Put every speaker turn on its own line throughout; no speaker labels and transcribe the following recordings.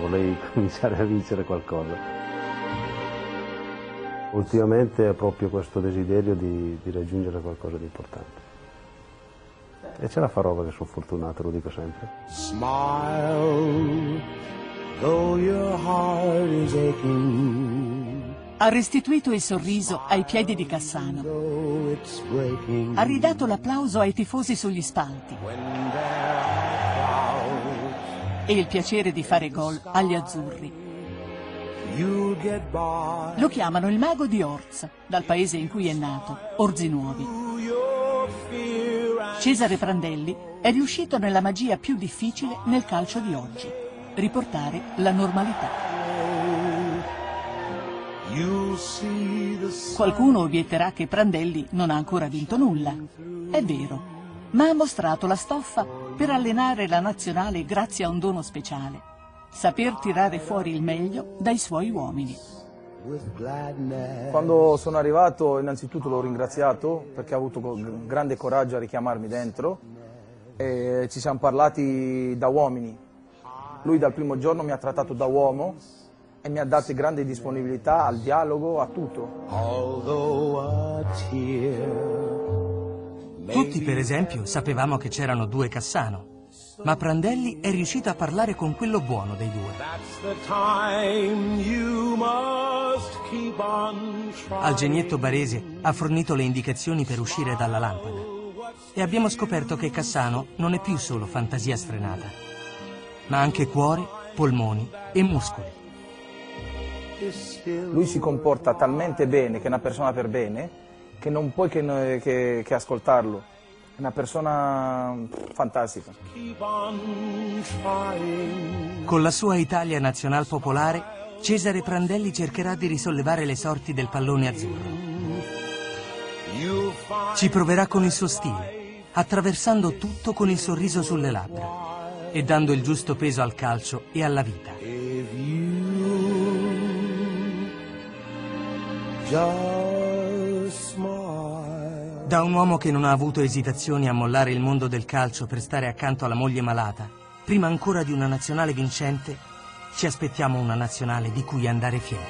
vorrei cominciare a vincere qualcosa. Ultimamente ho proprio questo desiderio di raggiungere qualcosa di importante. E ce la farò perché sono fortunato, lo dico sempre.
Smile, though your heart is aching.
Ha restituito il sorriso ai piedi di Cassano. Ha ridato l'applauso ai tifosi sugli spalti. E il piacere di fare gol agli azzurri. Lo chiamano il mago di Orz, dal paese in cui è nato, Orzinuovi. Cesare Prandelli è riuscito nella magia più difficile nel calcio di oggi: riportare la normalità. Qualcuno obietterà che Prandelli non ha ancora vinto nulla. È vero, ma ha mostrato la stoffa per allenare la nazionale grazie a un dono speciale: saper tirare fuori il meglio dai suoi uomini.
Quando sono arrivato innanzitutto l'ho ringraziato perché ha avuto grande coraggio a richiamarmi dentro e ci siamo parlati da uomini. Lui dal primo giorno mi ha trattato da uomo e mi ha dato grande disponibilità al dialogo, a tutto.
Tutti, per esempio, sapevamo che c'erano due Cassano, ma Prandelli è riuscito a parlare con quello buono dei due. Al genietto barese ha fornito le indicazioni per uscire dalla lampada e abbiamo scoperto che Cassano non è più solo fantasia sfrenata, ma anche cuore, polmoni e muscoli.
Lui si comporta talmente bene, che è una persona per bene, che non puoi che ascoltarlo. È una persona fantastica.
Con la sua Italia nazional popolare, Cesare Prandelli cercherà di risollevare le sorti del pallone azzurro. Ci proverà con il suo stile, attraversando tutto con il sorriso sulle labbra e dando il giusto peso al calcio e alla vita. Da un uomo che non ha avuto esitazioni a mollare il mondo del calcio per stare accanto alla moglie malata, prima ancora di una nazionale vincente, ci aspettiamo una nazionale di cui andare fieri.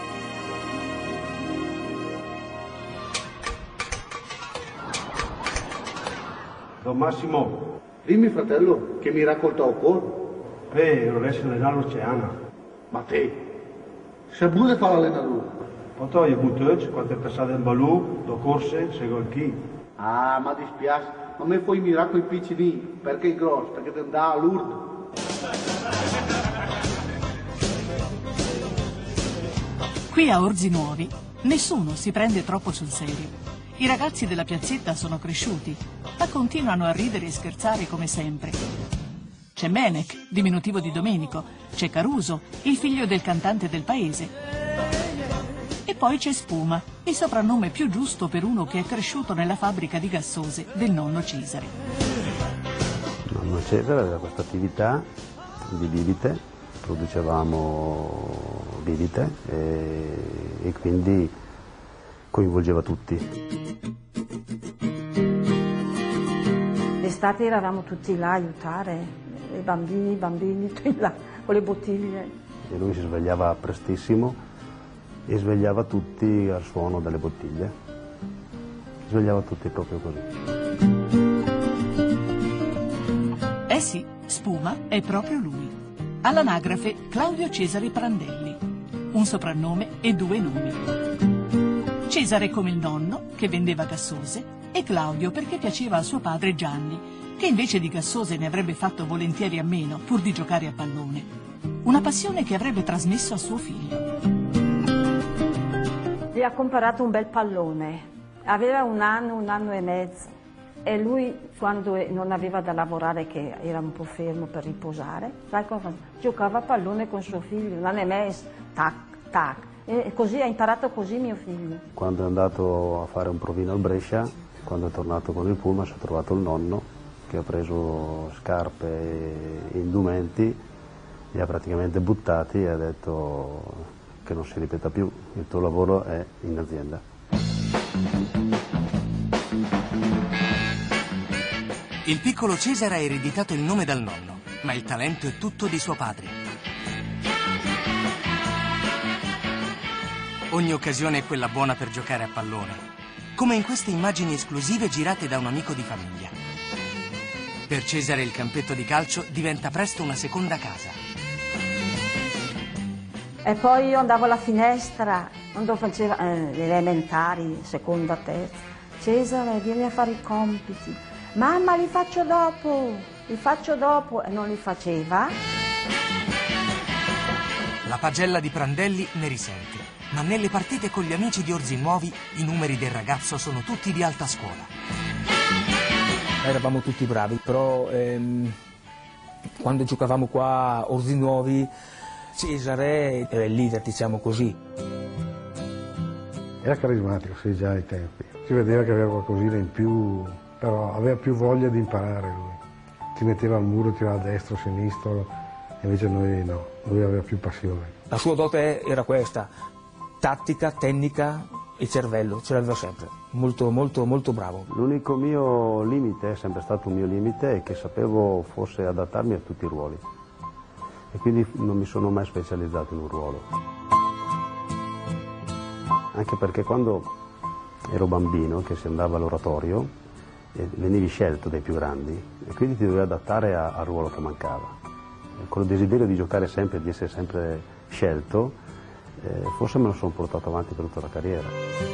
Don Massimo.
Dimmi fratello, che mi raccolta o cuore?
Non riesco a allenare l'Oceana.
Ma te, se pure fa l'allenatore.
Poi io butto, quante passate in balù, do corse, seguo il chi.
Ah, ma dispiace, ma me poi miracoli piccini, perché è grosso, perché ti andà a Lourdes.
Qui a Orzinuovi nessuno si prende troppo sul serio. I ragazzi della piazzetta sono cresciuti, ma continuano a ridere e scherzare come sempre. C'è Menek, diminutivo di Domenico, c'è Caruso, il figlio del cantante del paese. E poi c'è Spuma, il soprannome più giusto per uno che è cresciuto nella fabbrica di gassose del nonno Cesare.
Nonno Cesare aveva questa attività di bibite, producevamo bibite e quindi coinvolgeva tutti.
L'estate eravamo tutti là a aiutare, i bambini, tutti là, con le bottiglie.
E lui si svegliava prestissimo e svegliava tutti al suono delle bottiglie. Svegliava tutti proprio così.
Eh sì, Spuma è proprio lui. All'anagrafe Claudio Cesare Prandelli. Un soprannome e due nomi. Cesare come il nonno, che vendeva gassose, e Claudio perché piaceva a suo padre Gianni, che invece di gassose ne avrebbe fatto volentieri a meno pur di giocare a pallone. Una passione che avrebbe trasmesso a suo figlio.
Gli ha comprato un bel pallone, aveva un anno e mezzo e lui quando non aveva da lavorare, che era un po' fermo per riposare, sai cosa? Giocava a pallone con suo figlio, un anno e mezzo, tac, tac, e così ha imparato così mio figlio.
Quando è andato a fare un provino al Brescia, quando è tornato con il pullman si è trovato il nonno che ha preso scarpe e indumenti, li ha praticamente buttati e ha detto che non si ripeta più, il tuo lavoro è in azienda.
Il piccolo Cesare ha ereditato il nome dal nonno, ma il talento è tutto di suo padre. Ogni occasione è quella buona per giocare a pallone, come in queste immagini esclusive girate da un amico di famiglia. Per Cesare il campetto di calcio diventa presto una seconda casa.
E poi io andavo alla finestra, quando faceva le elementari, seconda, terza. Cesare, vieni a fare i compiti. Mamma, li faccio dopo, e non li faceva.
La pagella di Prandelli ne risente, ma nelle partite con gli amici di Orzinuovi i numeri del ragazzo sono tutti di alta scuola.
Eravamo tutti bravi, però quando giocavamo qua a Orzinuovi, Cesare era il leader, diciamo così.
Era carismatico, sì, già ai tempi. Si vedeva che aveva qualcosina in più, però aveva più voglia di imparare lui. Si metteva al muro, tirava a destra, a sinistra, invece noi no, lui aveva più passione.
La sua dote era questa, tattica, tecnica e cervello, ce l'aveva sempre, molto molto molto bravo.
L'unico mio limite, è sempre stato un mio limite, è che sapevo forse adattarmi a tutti i ruoli e quindi non mi sono mai specializzato in un ruolo. Anche perché quando ero bambino, che si andava all'oratorio, venivi scelto dai più grandi e quindi ti dovevi adattare al ruolo che mancava. E con il desiderio di giocare sempre, di essere sempre scelto, forse me lo sono portato avanti per tutta la carriera.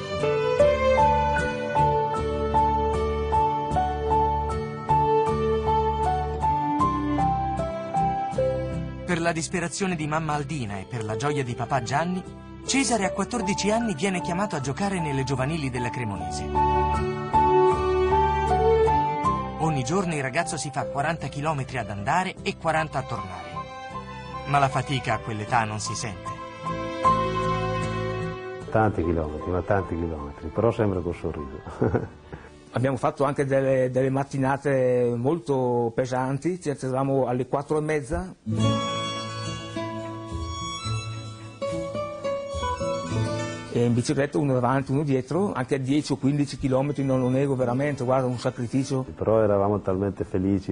Per la disperazione di mamma Aldina e per la gioia di papà Gianni, Cesare a 14 anni viene chiamato a giocare nelle giovanili della Cremonese. Ogni giorno il ragazzo si fa 40 km ad andare e 40 a tornare. Ma la fatica a quell'età non si sente.
Tanti chilometri, però sempre col sorriso.
Abbiamo fatto anche delle mattinate molto pesanti, ci alzavamo alle 4:30. E in bicicletta uno davanti, uno dietro, anche a 10 o 15 km non lo nego veramente, guarda, un sacrificio.
Però eravamo talmente felici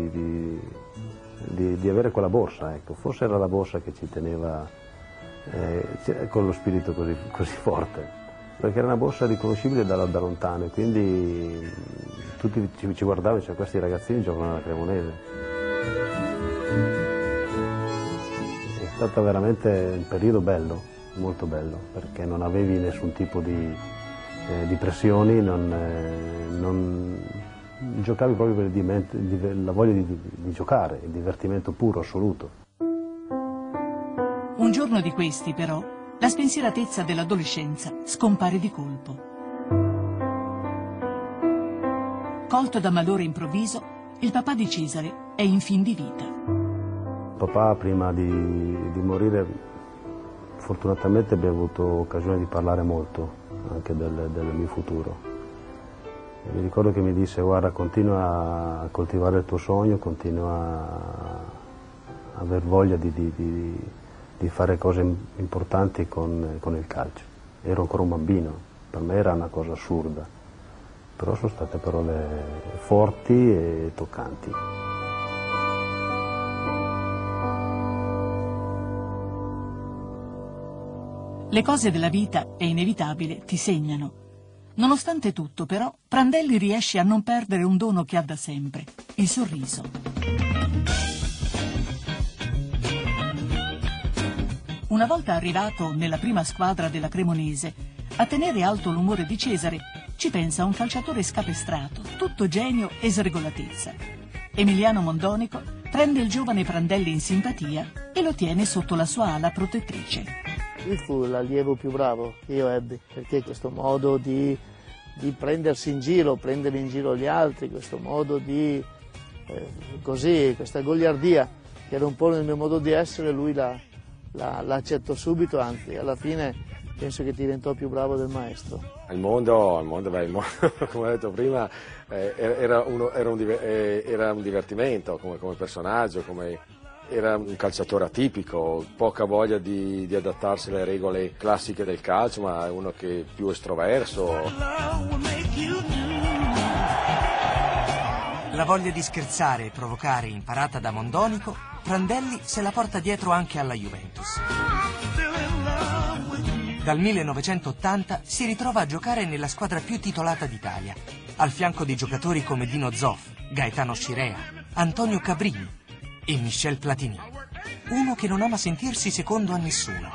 di avere quella borsa, ecco. Forse era la borsa che ci teneva con lo spirito così forte, perché era una borsa riconoscibile da lontano e quindi tutti ci guardavano e dicevano questi ragazzini giocano alla Cremonese. È stato veramente un periodo bello, molto bello, perché non avevi nessun tipo di pressioni, giocavi proprio per la voglia di giocare, il divertimento puro, assoluto.
Un giorno di questi, però, la spensieratezza dell'adolescenza scompare di colpo. Colto da malore improvviso, il papà di Cesare è in fin di vita.
Papà, prima di morire, fortunatamente abbiamo avuto occasione di parlare molto anche del mio futuro. Mi ricordo che mi disse: guarda, continua a coltivare il tuo sogno, continua a aver voglia di fare cose importanti con il calcio. Ero ancora un bambino, per me era una cosa assurda, però sono state parole forti e toccanti.
Le cose della vita, è inevitabile, ti segnano. Nonostante tutto, però, Prandelli riesce a non perdere un dono che ha da sempre, il sorriso. Una volta arrivato nella prima squadra della Cremonese, a tenere alto l'umore di Cesare ci pensa un calciatore scapestrato, tutto genio e sregolatezza. Emiliano Mondonico prende il giovane Prandelli in simpatia e lo tiene sotto la sua ala protettrice.
Lui fu l'allievo più bravo che io ebbi, perché questo modo di prendersi in giro, prendere in giro gli altri, questo modo di questa goliardia che era un po' nel mio modo di essere, lui l'accettò subito, anzi alla fine penso che diventò più bravo del maestro.
Il mondo, come ho detto prima, era un divertimento come personaggio, era un calciatore atipico, poca voglia di adattarsi alle regole classiche del calcio, ma è uno che è più estroverso.
La voglia di scherzare e provocare imparata da Mondonico, Prandelli se la porta dietro anche alla Juventus. Dal 1980 si ritrova a giocare nella squadra più titolata d'Italia, al fianco di giocatori come Dino Zoff, Gaetano Scirea, Antonio Cabrini e Michel Platini. Uno che non ama sentirsi secondo a nessuno.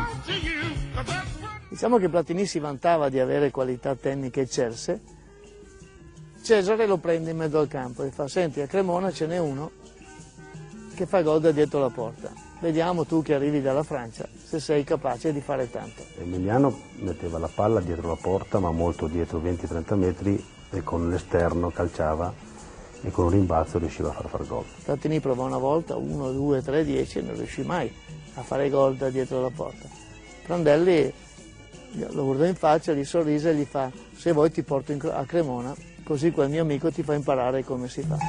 Diciamo che Platini si vantava di avere qualità tecniche eccelse. Cesare lo prende in mezzo al campo e fa: senti, a Cremona ce n'è uno che fa gol da dietro la porta. Vediamo tu che arrivi dalla Francia se sei capace di fare tanto.
Emiliano metteva la palla dietro la porta, ma molto dietro, 20-30 metri, e con l'esterno calciava e con un rimbalzo riusciva a far gol.
Platini provò una volta, 1, 2, 3, 10 e non riuscì mai a fare gol da dietro la porta. Prandelli lo guardò in faccia, gli sorrise e gli fa: se vuoi ti porto a Cremona, così quel mio amico ti fa imparare come si fa.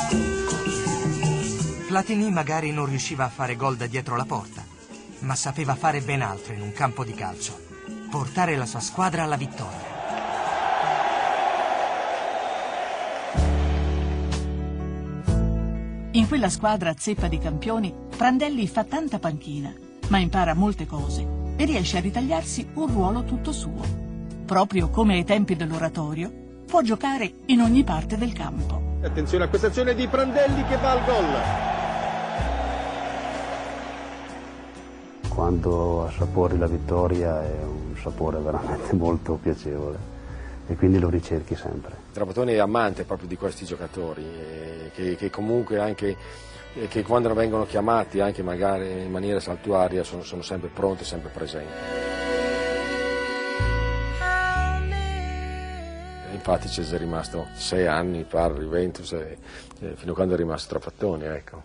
Platini magari non riusciva a fare gol da dietro la porta, ma sapeva fare ben altro in un campo di calcio: portare la sua squadra alla vittoria.
In quella squadra zeppa di campioni, Prandelli fa tanta panchina, ma impara molte cose e riesce a ritagliarsi un ruolo tutto suo. Proprio come ai tempi dell'oratorio, può giocare in ogni parte del campo.
Attenzione a questa azione di Prandelli che va al gol.
Quando assapori la vittoria è un sapore veramente molto piacevole e quindi lo ricerchi sempre.
Trapattoni è amante proprio di questi giocatori che comunque anche che quando vengono chiamati anche magari in maniera saltuaria sono sempre pronti, sempre presenti. Infatti ci è rimasto 6 anni, parlo, Juventus, fino a quando è rimasto Trapattoni, ecco.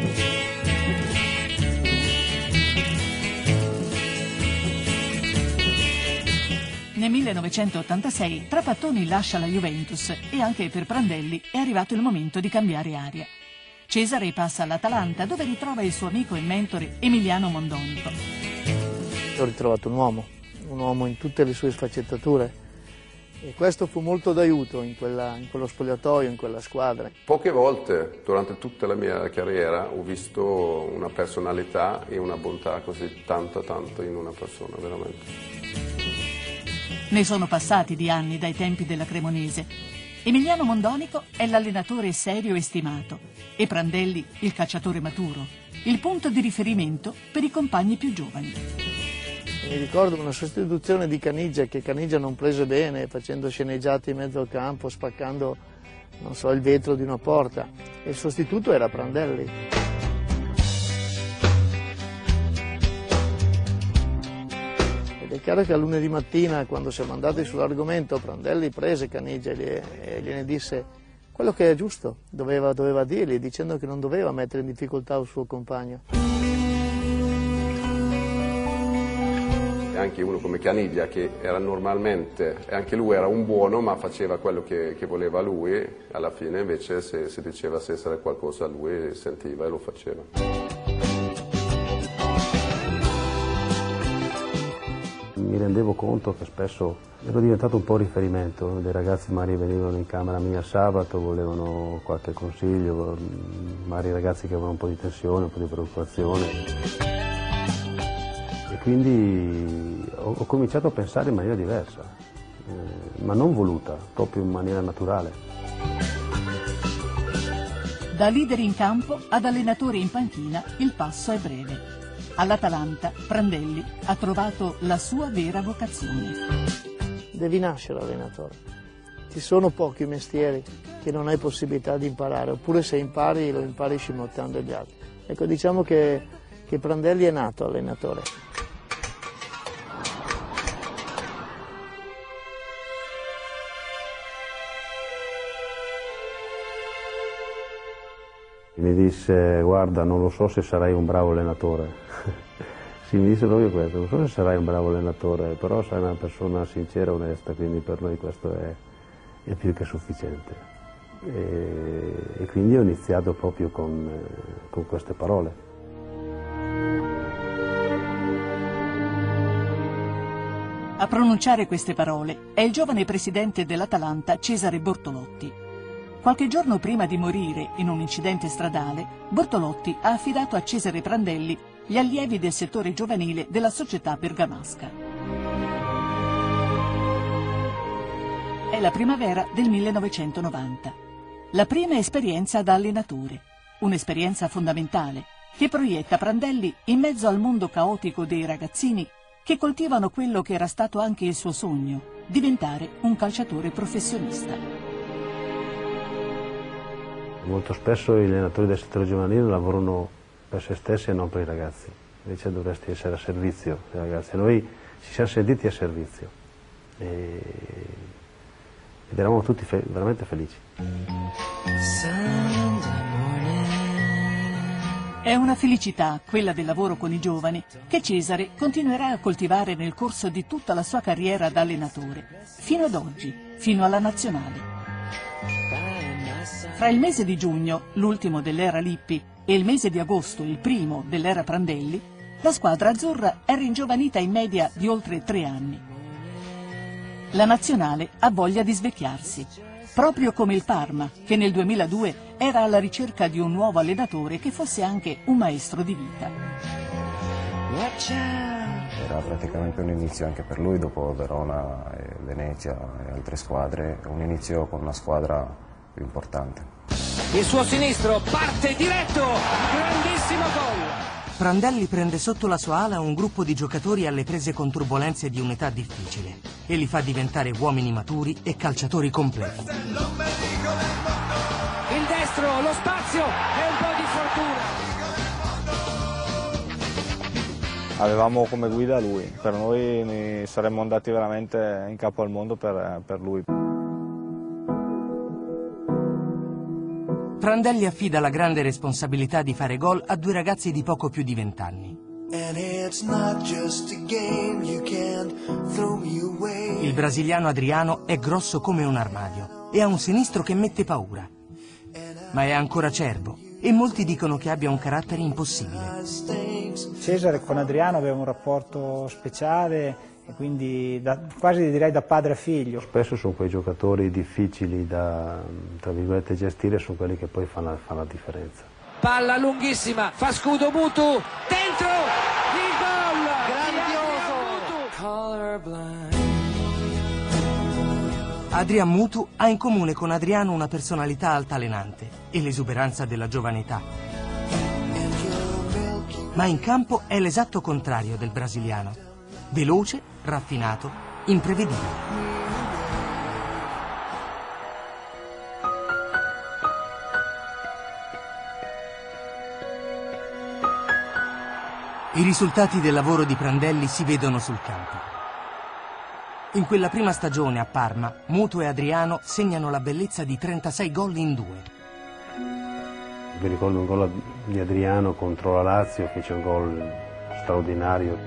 Nel 1986 Trapattoni lascia la Juventus e anche per Prandelli è arrivato il momento di cambiare aria. Cesare passa all'Atalanta, dove ritrova il suo amico e mentore Emiliano Mondonico.
Ho ritrovato un uomo in tutte le sue sfaccettature, e questo fu molto d'aiuto in quello spogliatoio, in quella squadra.
Poche volte durante tutta la mia carriera ho visto una personalità e una bontà così tanto in una persona, veramente.
Ne sono passati di anni dai tempi della Cremonese. Emiliano Mondonico è l'allenatore serio e stimato e Prandelli il calciatore maturo, il punto di riferimento per i compagni più giovani.
Mi ricordo una sostituzione di Caniggia che Caniggia non prese bene, facendo sceneggiate in mezzo al campo, spaccando, non so, il vetro di una porta, e il sostituto era Prandelli. È chiaro che a lunedì mattina, quando siamo andati sull'argomento, Prandelli prese Caniggia e gliene disse quello che è giusto, doveva dirgli, dicendo che non doveva mettere in difficoltà il suo compagno.
E anche uno come Caniglia, che era normalmente, anche lui era un buono, ma faceva quello che voleva lui, alla fine invece se diceva se essere qualcosa lui sentiva e lo faceva.
Mi rendevo conto che spesso ero diventato un po' riferimento, dei ragazzi magari venivano in camera mia sabato, volevano qualche consiglio, magari ragazzi che avevano un po' di tensione, un po' di preoccupazione. E quindi ho cominciato a pensare in maniera diversa, ma non voluta, proprio in maniera naturale.
Da leader in campo ad allenatore in panchina, il passo è breve. All'Atalanta, Prandelli ha trovato la sua vera vocazione.
Devi nascere allenatore. Ci sono pochi mestieri che non hai possibilità di imparare, oppure se impari lo impari scimmiottando gli altri. Ecco, diciamo che Prandelli è nato allenatore.
Mi disse: guarda, non lo so se sarai un bravo allenatore. Sì, mi disse proprio questo: non so se sarai un bravo allenatore, però sei una persona sincera e onesta, quindi per noi questo è più che sufficiente. E quindi ho iniziato proprio con queste parole.
A pronunciare queste parole è il giovane presidente dell'Atalanta Cesare Bortolotti. Qualche giorno prima di morire in un incidente stradale, Bortolotti ha affidato a Cesare Prandelli gli allievi del settore giovanile della società bergamasca. È la primavera del 1990. La prima esperienza da allenatore. Un'esperienza fondamentale che proietta Prandelli in mezzo al mondo caotico dei ragazzini che coltivano quello che era stato anche il suo sogno, diventare un calciatore professionista.
Molto spesso gli allenatori del settore giovanile lavorano per se stessi e non per i ragazzi, invece dovresti essere a servizio dei ragazzi. Noi ci siamo sentiti a servizio ed eravamo tutti veramente felici.
È una felicità, quella del lavoro con i giovani, che Cesare continuerà a coltivare nel corso di tutta la sua carriera da allenatore, fino ad oggi, fino alla nazionale. Fra il mese di giugno, l'ultimo dell'era Lippi, e il mese di agosto, il primo dell'era Prandelli, la squadra azzurra è ringiovanita in media di oltre 3 anni. La nazionale ha voglia di svecchiarsi, proprio come il Parma, che nel 2002 era alla ricerca di un nuovo allenatore che fosse anche un maestro di vita.
Era praticamente un inizio anche per lui, dopo Verona, e Venezia e altre squadre, un inizio con una squadra più importante.
Il suo sinistro parte diretto, grandissimo gol!
Prandelli prende sotto la sua ala un gruppo di giocatori alle prese con turbolenze di un'età difficile e li fa diventare uomini maturi e calciatori completi.
Il destro, lo spazio e un po' di fortuna.
Avevamo come guida lui, per noi saremmo andati veramente in capo al mondo per lui.
Prandelli affida la grande responsabilità di fare gol a 2 ragazzi di poco più di 20 anni. Il brasiliano Adriano è grosso come un armadio e ha un sinistro che mette paura. Ma è ancora acerbo e molti dicono che abbia un carattere impossibile.
Cesare con Adriano aveva un rapporto speciale e quindi quasi direi da padre a figlio.
Spesso sono quei giocatori difficili da, tra virgolette, gestire, sono quelli che poi fanno la differenza.
Palla lunghissima, fa scudo Mutu, dentro, il gol! Grandioso!
Adrian Mutu ha in comune con Adriano una personalità altalenante e l'esuberanza della giovane età. Ma in campo è l'esatto contrario del brasiliano. Veloce, raffinato, imprevedibile. I risultati del lavoro di Prandelli si vedono sul campo. In quella prima stagione a Parma, Mutu e Adriano segnano la bellezza di 36 gol in 2.
Mi ricordo un gol di Adriano contro la Lazio, fece un gol straordinario.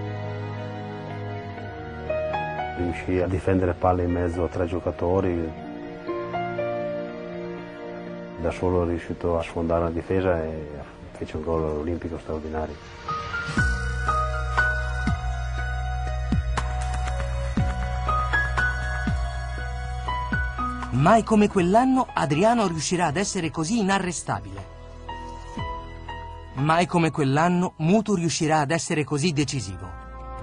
Riuscì a difendere palle in mezzo a 3 giocatori, da solo è riuscito a sfondare la difesa e fece un gol olimpico straordinario.
Mai come quell'anno Adriano riuscirà ad essere così inarrestabile. Mai come quell'anno Mutu riuscirà ad essere così decisivo.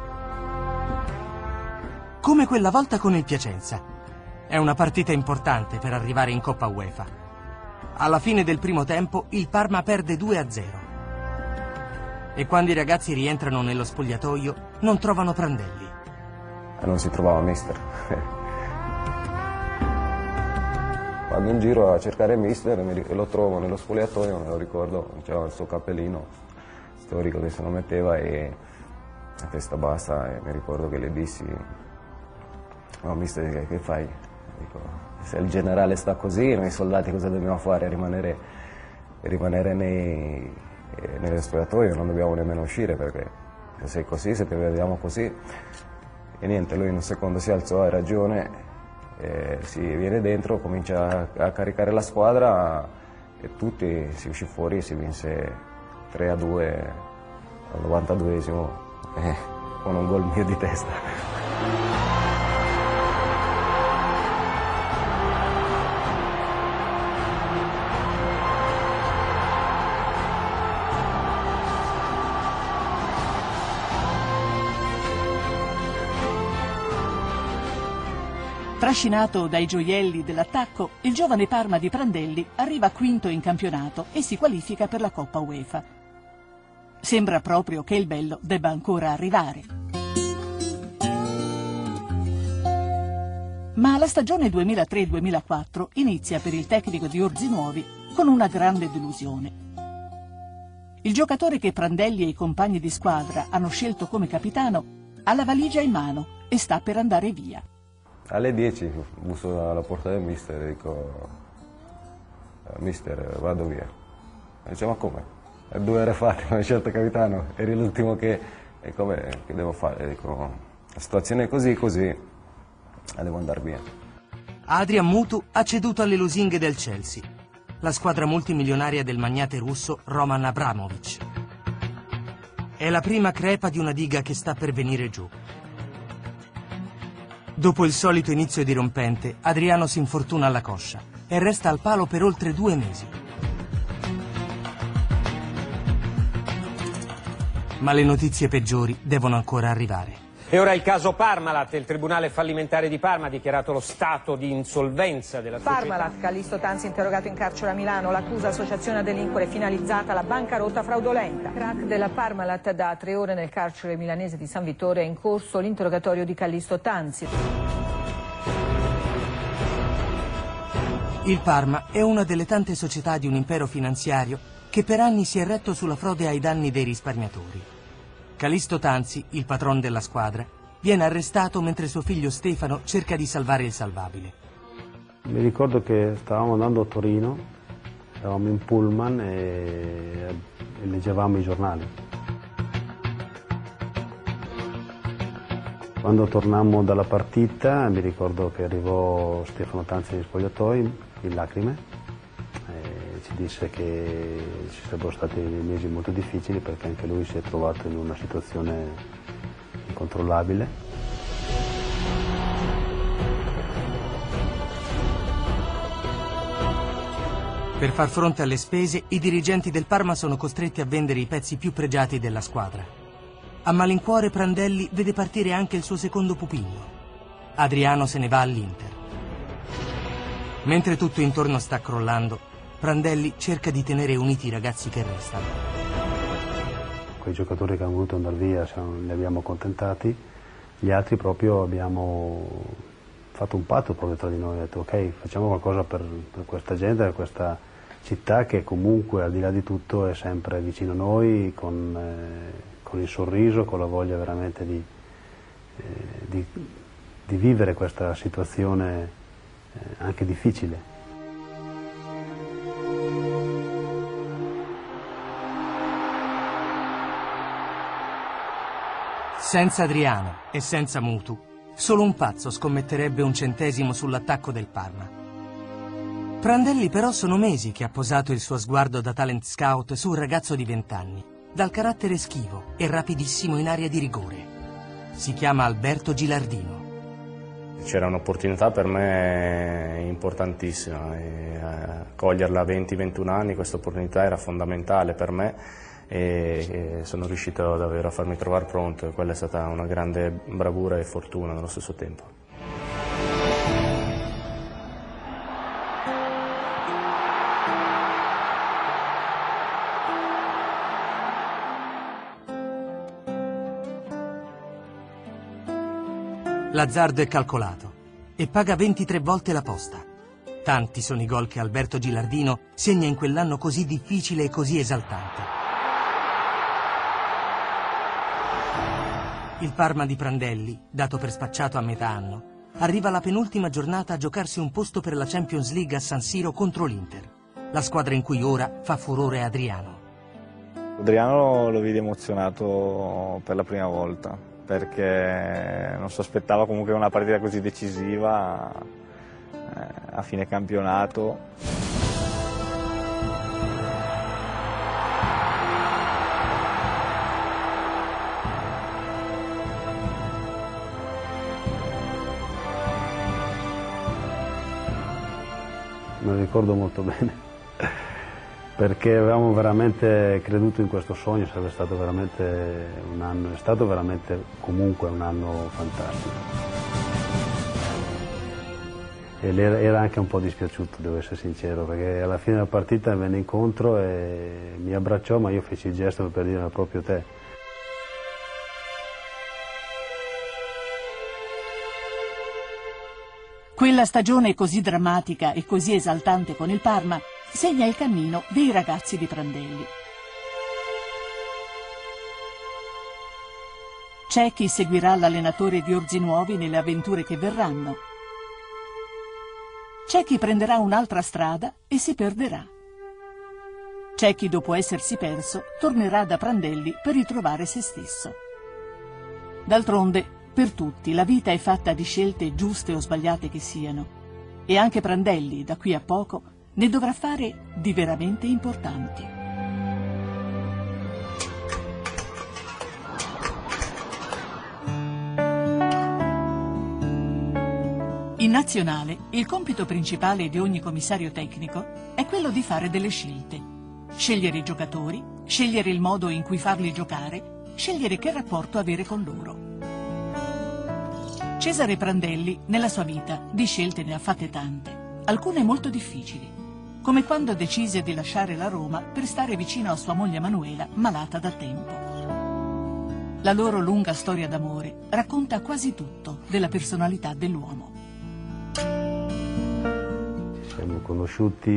Come quella volta con il Piacenza. È una partita importante per arrivare in Coppa UEFA. Alla fine del primo tempo il Parma perde 2-0. E quando i ragazzi rientrano nello spogliatoio non trovano Prandelli.
E non si trovava mister. Vado in giro a cercare mister e lo trovo nello spogliatoio, me lo ricordo, c'era il suo cappellino storico che se lo metteva e a testa bassa, e mi ricordo che le dissi: no mister, che fai? Dico, se il generale sta così, noi soldati cosa dobbiamo fare? Rimanere nello spogliatoio, non dobbiamo nemmeno uscire, perché se sei così, se ti vediamo così. E niente, lui in un secondo si alzò, hai ragione, si viene dentro, comincia a caricare la squadra e tutti si uscì fuori e si vinse 3-2 al 92esimo con un gol mio di testa.
Tra Trascinato dai gioielli dell'attacco, il giovane Parma di Prandelli arriva quinto in campionato e si qualifica per la Coppa UEFA. Sembra proprio che il bello debba ancora arrivare. Ma la stagione 2003-2004 inizia per il tecnico di Orzinuovi con una grande delusione. Il giocatore che Prandelli e i compagni di squadra hanno scelto come capitano ha la valigia in mano e sta per andare via.
Alle 10 busso alla porta del mister e dico: mister, vado via. E dice: ma come? 2 ore fa mi hai scelto capitano, eri l'ultimo che devo fare? E dico: la situazione è così, devo andare via.
Adrian Mutu ha ceduto alle lusinghe del Chelsea, la squadra multimilionaria del magnate russo Roman Abramovich. È la prima crepa di una diga che sta per venire giù. Dopo il solito inizio dirompente, Adriano si infortuna alla coscia e resta al palo per oltre 2 mesi. Ma le notizie peggiori devono ancora arrivare.
E ora il caso Parmalat. Il Tribunale fallimentare di Parma ha dichiarato lo stato di insolvenza della società.
Parmalat, Callisto Tanzi interrogato in carcere a Milano, l'accusa associazione a delinquere finalizzata alla bancarotta fraudolenta. Crack della Parmalat, da 3 ore nel carcere milanese di San Vittore è in corso l'interrogatorio di Callisto Tanzi.
Il Parma è una delle tante società di un impero finanziario che per anni si è retto sulla frode ai danni dei risparmiatori. Callisto Tanzi, il patron della squadra, viene arrestato mentre suo figlio Stefano cerca di salvare il salvabile.
Mi ricordo che stavamo andando a Torino, eravamo in pullman e leggevamo i giornali. Quando tornammo dalla partita mi ricordo che arrivò Stefano Tanzi negli spogliatoi in lacrime. Ci disse che ci sarebbero stati dei mesi molto difficili perché anche lui si è trovato in una situazione incontrollabile.
Per far fronte alle spese, i dirigenti del Parma sono costretti a vendere i pezzi più pregiati della squadra. A malincuore Prandelli vede partire anche il suo secondo pupillo. Adriano se ne va all'Inter. Mentre tutto intorno sta crollando, Prandelli cerca di tenere uniti i ragazzi che restano.
Quei giocatori che hanno voluto andare via li abbiamo accontentati, gli altri proprio abbiamo fatto un patto proprio tra di noi, abbiamo detto ok, facciamo qualcosa per questa gente, per questa città che comunque al di là di tutto è sempre vicino a noi, con il sorriso, con la voglia veramente di vivere questa situazione anche difficile.
Senza Adriano e senza Mutu, solo un pazzo scommetterebbe un centesimo sull'attacco del Parma. Prandelli però sono mesi che ha posato il suo sguardo da talent scout su un ragazzo di 20 anni, dal carattere schivo e rapidissimo in area di rigore. Si chiama Alberto Gilardino.
C'era un'opportunità per me importantissima e coglierla a 20-21 anni, questa opportunità era fondamentale per me e sono riuscito davvero a farmi trovare pronto e quella è stata una grande bravura e fortuna nello stesso tempo.
L'azzardo è calcolato e paga 23 volte la posta. Tanti sono i gol che Alberto Gilardino segna in quell'anno così difficile e così esaltante. Il Parma di Prandelli, dato per spacciato a metà anno, arriva alla penultima giornata a giocarsi un posto per la Champions League a San Siro contro l'Inter, la squadra in cui ora fa furore Adriano.
Adriano lo vidi emozionato per la prima volta, perché non si aspettava comunque una partita così decisiva a fine campionato.
Me lo ricordo molto bene, perché avevamo veramente creduto in questo sogno, sarebbe stato veramente un anno, è stato veramente comunque un anno fantastico. e era anche un po' dispiaciuto, devo essere sincero, perché alla fine della partita venne incontro e mi abbracciò, ma io feci il gesto per dire ma proprio te.
Quella stagione così drammatica e così esaltante con il Parma segna il cammino dei ragazzi di Prandelli. C'è chi seguirà l'allenatore di Orzinuovi nelle avventure che verranno. C'è chi prenderà un'altra strada e si perderà. C'è chi dopo essersi perso tornerà da Prandelli per ritrovare se stesso. D'altronde, per tutti la vita è fatta di scelte giuste o sbagliate che siano, e anche Prandelli, da qui a poco, ne dovrà fare di veramente importanti. In nazionale, il compito principale di ogni commissario tecnico è quello di fare delle scelte. Scegliere i giocatori, scegliere il modo in cui farli giocare, scegliere che rapporto avere con loro. Cesare Prandelli, nella sua vita, di scelte ne ha fatte tante, alcune molto difficili, come quando decise di lasciare la Roma per stare vicino a sua moglie Manuela, malata da tempo. La loro lunga storia d'amore racconta quasi tutto della personalità dell'uomo.
Ci siamo conosciuti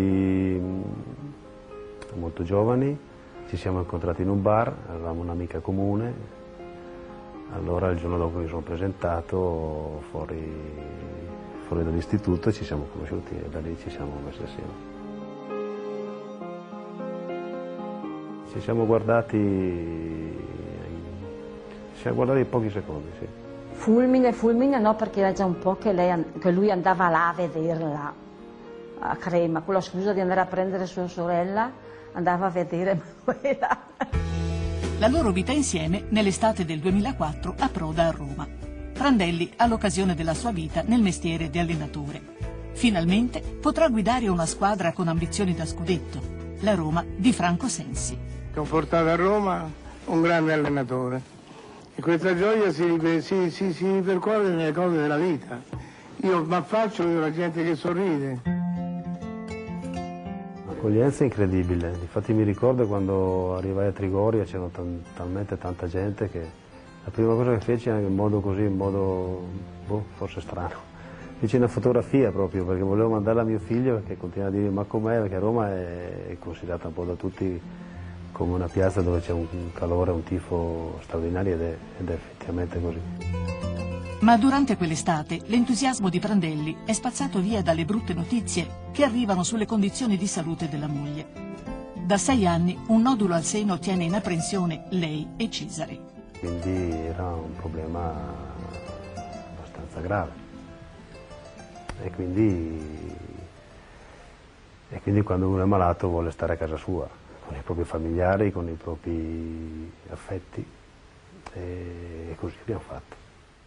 molto giovani, ci siamo incontrati in un bar, avevamo un'amica comune. Allora il giorno dopo mi sono presentato fuori dall'istituto e ci siamo conosciuti e da lì ci siamo messi assieme. Ci siamo guardati pochi secondi, sì.
Fulmine no, perché era già un po' che lui andava là a vederla, a Crema, con la scusa di andare a prendere sua sorella, andava a vedere Manuela.
La loro vita insieme, nell'estate del 2004, approda a Roma. Prandelli ha l'occasione della sua vita nel mestiere di allenatore. Finalmente potrà guidare una squadra con ambizioni da scudetto, la Roma di Franco Sensi.
Ho portato a Roma un grande allenatore e questa gioia si ripercuote nelle cose della vita. Io mi affaccio, vedo la gente che sorride.
L'accoglienza è incredibile, infatti mi ricordo quando arrivai a Trigoria c'era talmente tanta gente che la prima cosa che feci anche in modo forse strano, feci una fotografia proprio perché volevo mandarla a mio figlio che continua a dire ma com'è, perché Roma è considerata un po' da tutti come una piazza dove c'è un calore, un tifo straordinario ed è effettivamente così.
Ma durante quell'estate l'entusiasmo di Prandelli è spazzato via dalle brutte notizie che arrivano sulle condizioni di salute della moglie. Da 6 anni un nodulo al seno tiene in apprensione lei e Cesare.
Quindi era un problema abbastanza grave. E quindi quando uno è malato vuole stare a casa sua, con i propri familiari, con i propri affetti. E così abbiamo fatto.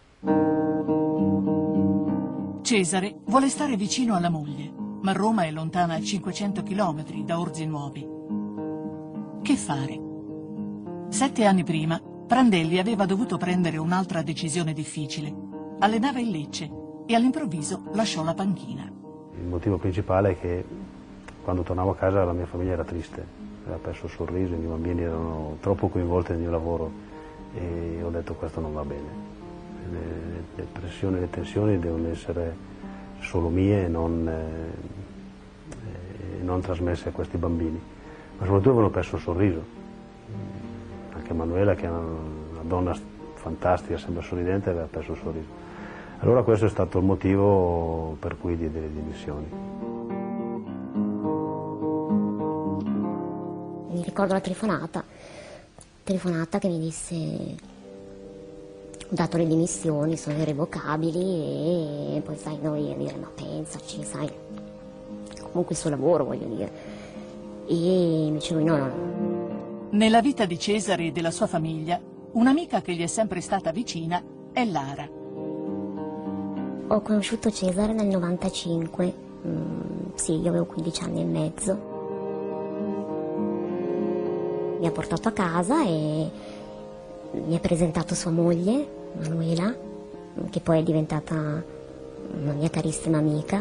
Cesare vuole stare vicino alla moglie, ma Roma è lontana 500 km da Orzinuovi. Che fare? 7 anni prima, Prandelli aveva dovuto prendere un'altra decisione difficile. Allenava il Lecce e all'improvviso lasciò la panchina.
Il motivo principale è che quando tornavo a casa la mia famiglia era triste, aveva perso il sorriso, i miei bambini erano troppo coinvolti nel mio lavoro e ho detto questo non va bene. Le pressioni e le tensioni devono essere solo mie e non trasmesse a questi bambini, ma soprattutto avevano perso il sorriso. Anche Manuela, che è una donna fantastica, sempre sorridente, aveva perso il sorriso. Allora questo è stato il motivo per cui diedi le dimissioni.
Mi ricordo la telefonata che mi disse: ho dato le dimissioni, sono irrevocabili, e poi sai, noi a dire ma pensaci, sai, comunque il suo lavoro, voglio dire. E mi dicevo no.
Nella vita di Cesare e della sua famiglia, un'amica che gli è sempre stata vicina è Lara.
Ho conosciuto Cesare nel 95, sì, io avevo 15 anni e mezzo. Mi ha portato a casa e mi ha presentato sua moglie, Manuela, che poi è diventata una mia carissima amica,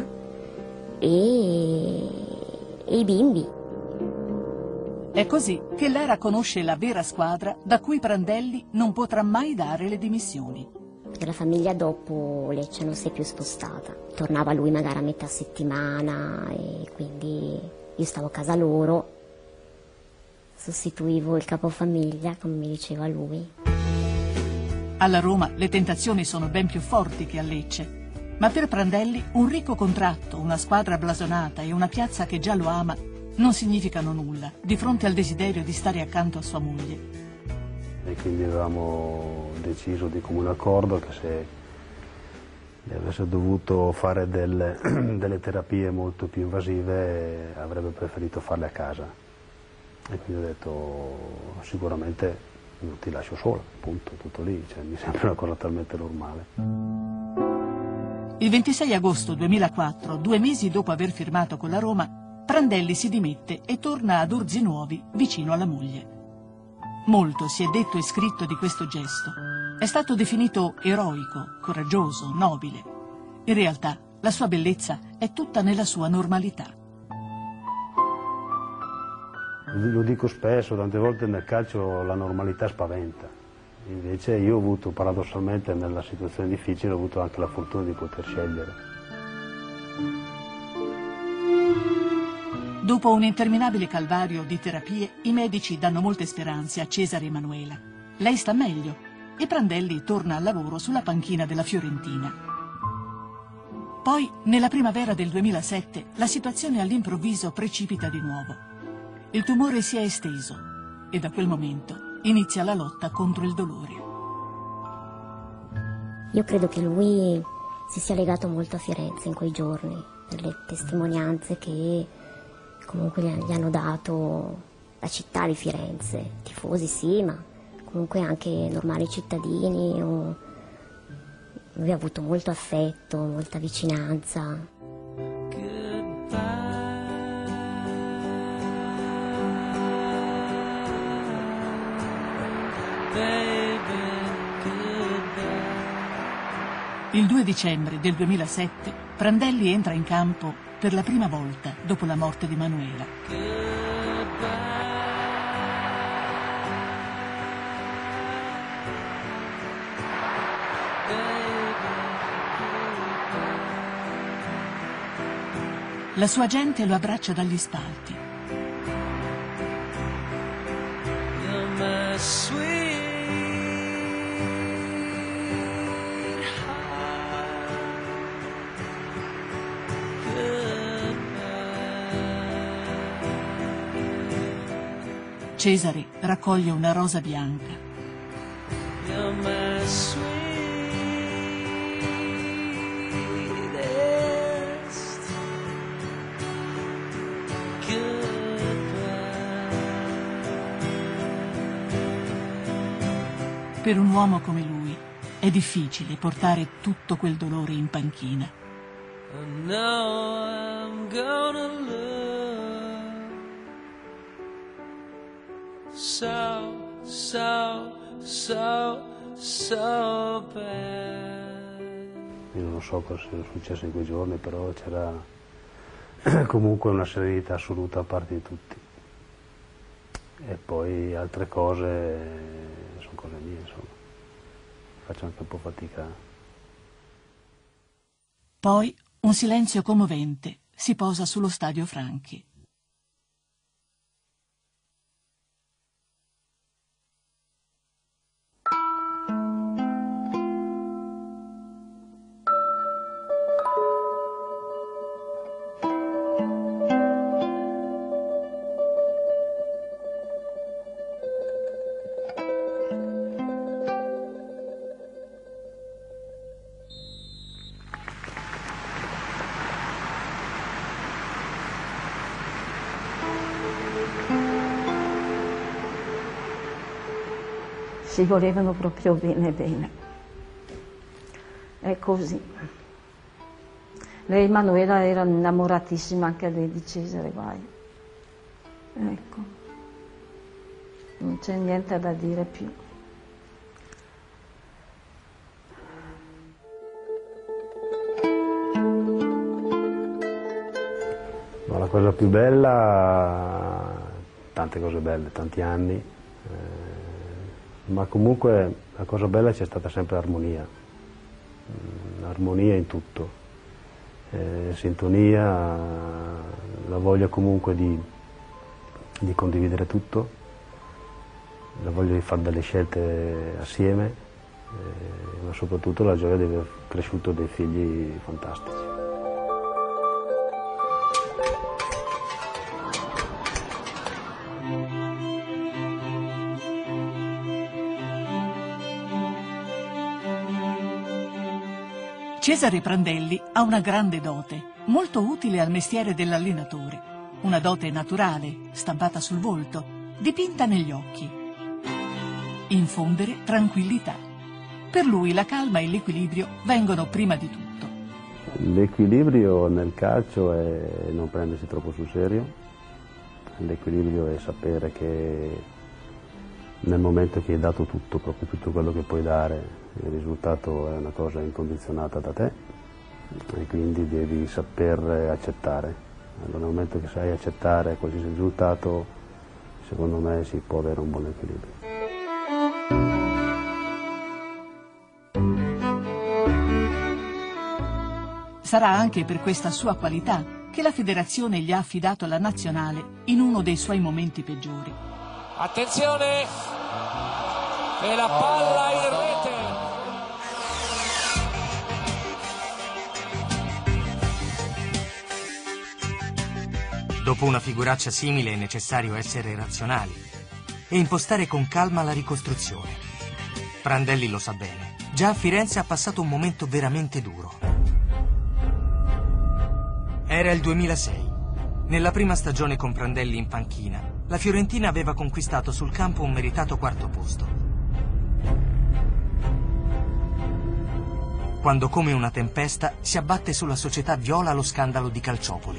e i bimbi.
È così che Lara conosce la vera squadra da cui Prandelli non potrà mai dare le dimissioni.
La famiglia dopo Lecce non si è più spostata. Tornava lui magari a metà settimana e quindi io stavo a casa loro, sostituivo il capofamiglia, come mi diceva lui.
Alla Roma le tentazioni sono ben più forti che a Lecce, ma per Prandelli un ricco contratto, una squadra blasonata e una piazza che già lo ama non significano nulla di fronte al desiderio di stare accanto a sua moglie.
E quindi avevamo deciso di comune accordo che se avesse dovuto fare delle terapie molto più invasive avrebbe preferito farle a casa. E quindi ho detto sicuramente non ti lascio sola, punto, tutto lì, cioè, mi sembra una cosa talmente normale.
Il 26 agosto 2004, 2 mesi dopo aver firmato con la Roma, Prandelli si dimette e torna ad Orzinuovi vicino alla moglie. Molto si è detto e scritto di questo gesto. È stato definito eroico, coraggioso, nobile. In realtà la sua bellezza è tutta nella sua normalità.
Lo dico spesso, tante volte nel calcio la normalità spaventa. Invece io ho avuto, paradossalmente, nella situazione difficile, ho avuto anche la fortuna di poter scegliere.
Dopo un interminabile calvario di terapie, i medici danno molte speranze a Cesare Emanuela. Lei sta meglio e Prandelli torna al lavoro sulla panchina della Fiorentina. Poi, nella primavera del 2007, la situazione all'improvviso precipita di nuovo. Il tumore si è esteso e da quel momento inizia la lotta contro il dolore.
Io credo che lui si sia legato molto a Firenze in quei giorni, per le testimonianze che comunque gli hanno dato la città di Firenze, tifosi sì, ma comunque anche normali cittadini. Lui ha avuto molto affetto, molta vicinanza.
Il 2 dicembre del 2007 Prandelli entra in campo per la prima volta dopo la morte di Manuela. La sua gente lo abbraccia dagli spalti. Cesare raccoglie una rosa bianca. Per un uomo come lui è difficile portare tutto quel dolore in panchina.
Io non so cosa sia successo in quei giorni, però c'era comunque una serenità assoluta a parte di tutti. E poi altre cose sono cose mie, insomma. Faccio anche un po' fatica.
Poi un silenzio commovente si posa sullo stadio Franchi.
Si volevano proprio bene bene. È così. Lei, Manuela, era innamoratissima anche lei di Cesare, guai. Ecco. Non c'è niente da dire più.
più bella, tante cose belle, tanti anni, ma comunque la cosa bella c'è stata sempre l'armonia, armonia in tutto, sintonia, la voglia comunque di condividere tutto, la voglia di fare delle scelte assieme, ma soprattutto la gioia di aver cresciuto dei figli fantastici.
Cesare Prandelli ha una grande dote, molto utile al mestiere dell'allenatore. Una dote naturale, stampata sul volto, dipinta negli occhi. Infondere tranquillità. Per lui la calma e l'equilibrio vengono prima di tutto.
L'equilibrio nel calcio è non prendersi troppo sul serio. L'equilibrio è sapere che nel momento che hai dato tutto, proprio tutto quello che puoi dare, il risultato è una cosa incondizionata da te e quindi devi saper accettare. Allora, nel momento che sai accettare qualsiasi risultato, secondo me si può avere un buon equilibrio.
Sarà anche per questa sua qualità che la federazione gli ha affidato la nazionale in uno dei suoi momenti peggiori.
Attenzione! E la palla in rete!
Dopo una figuraccia simile è necessario essere razionali e impostare con calma la ricostruzione. Prandelli lo sa bene. Già a Firenze ha passato un momento veramente duro. Era il 2006. Nella prima stagione con Prandelli in panchina, la Fiorentina aveva conquistato sul campo un meritato quarto posto. Quando come una tempesta si abbatte sulla società viola lo scandalo di Calciopoli.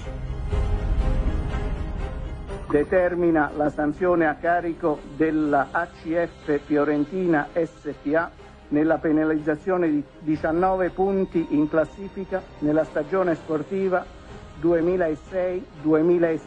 Determina la sanzione a carico della ACF Fiorentina SPA nella penalizzazione di 19 punti in classifica nella stagione sportiva 2006-2007.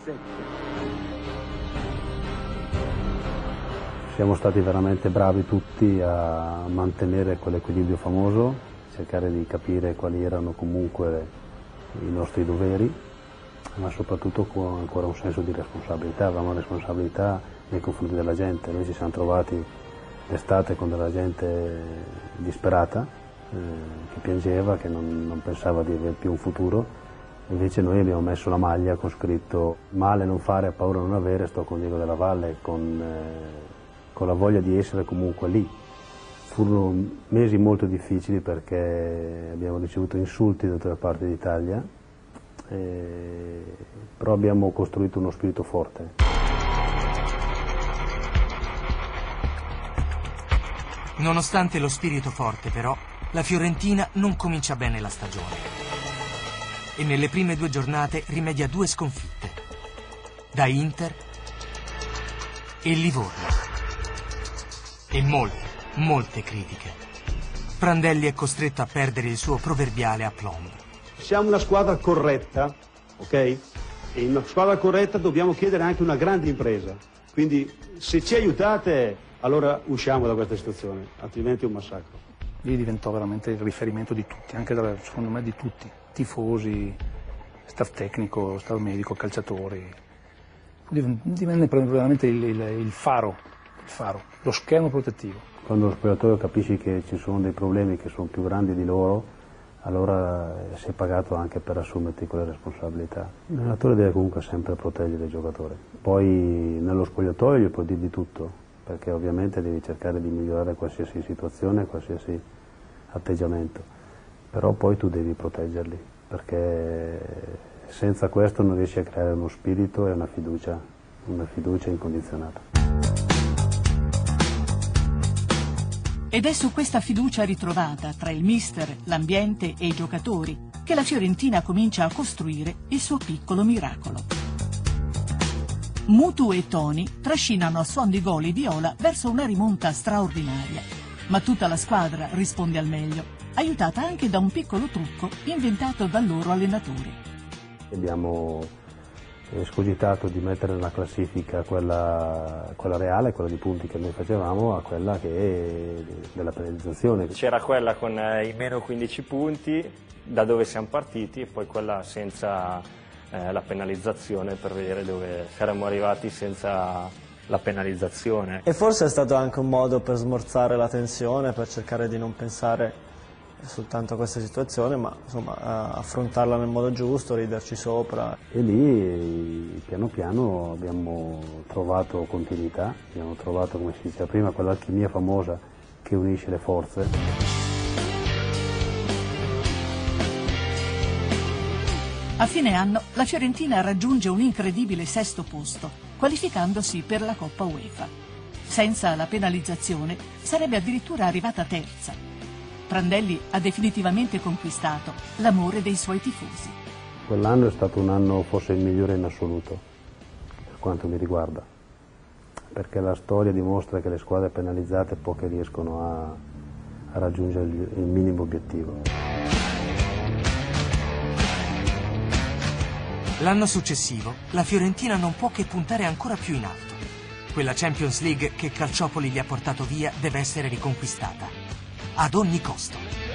Siamo stati veramente bravi tutti a mantenere quell'equilibrio famoso, cercare di capire quali erano comunque i nostri doveri, ma soprattutto con ancora un senso di responsabilità. Avevamo responsabilità nei confronti della gente. Noi ci siamo trovati d'estate con della gente disperata, che piangeva, che non pensava di avere più un futuro. Invece noi abbiamo messo la maglia con scritto male non fare, paura non avere, sto con Diego Della Valle, con la voglia di essere comunque lì. Furono mesi molto difficili perché abbiamo ricevuto insulti da tutte le parti d'Italia, però abbiamo costruito uno spirito forte.
Nonostante lo spirito forte, però, la Fiorentina non comincia bene la stagione. E nelle prime 2 giornate rimedia 2 sconfitte. Da Inter e Livorno. E molte critiche. Prandelli è costretto a perdere il suo proverbiale aplomb.
Siamo una squadra corretta, ok? E in una squadra corretta dobbiamo chiedere anche una grande impresa. Quindi se ci aiutate, allora usciamo da questa situazione, altrimenti è un massacro.
Lì diventò veramente il riferimento di tutti, anche secondo me di tutti, tifosi, staff tecnico, staff medico, calciatori. Divenne veramente il faro, lo schermo protettivo.
Quando lo spogliatoio capisci che ci sono dei problemi che sono più grandi di loro, allora sei pagato anche per assumerti quelle responsabilità. L'allenatore deve comunque sempre proteggere il giocatore. Poi nello spogliatoio gli puoi dire di tutto, perché ovviamente devi cercare di migliorare qualsiasi situazione, qualsiasi atteggiamento, però poi tu devi proteggerli, perché senza questo non riesci a creare uno spirito e una fiducia incondizionata.
Ed è su questa fiducia ritrovata tra il mister, l'ambiente e i giocatori che la Fiorentina comincia a costruire il suo piccolo miracolo. Mutu e Toni trascinano a suon di gol i viola verso una rimonta straordinaria, ma tutta la squadra risponde al meglio, aiutata anche da un piccolo trucco inventato dal loro allenatore.
Abbiamo escogitato di mettere nella classifica quella reale, quella di punti che noi facevamo, a quella che è della penalizzazione.
C'era quella con i meno 15 punti, da dove siamo partiti, e poi quella senza la penalizzazione, per vedere dove saremmo arrivati senza la penalizzazione.
E forse è stato anche un modo per smorzare la tensione, per cercare di non pensare soltanto a questa situazione, ma insomma affrontarla nel modo giusto, riderci sopra.
E lì piano piano abbiamo trovato continuità, abbiamo trovato, come si diceva prima, quell'alchimia famosa che unisce le forze.
A fine anno la Fiorentina raggiunge un incredibile 6° posto, qualificandosi per la Coppa UEFA. Senza la penalizzazione sarebbe addirittura arrivata terza. Prandelli ha definitivamente conquistato l'amore dei suoi tifosi.
Quell'anno è stato un anno forse il migliore in assoluto, per quanto mi riguarda, perché la storia dimostra che le squadre penalizzate poche riescono a raggiungere il minimo obiettivo.
L'anno successivo la Fiorentina non può che puntare ancora più in alto. Quella Champions League che Calciopoli gli ha portato via deve essere riconquistata. Ad ogni costo.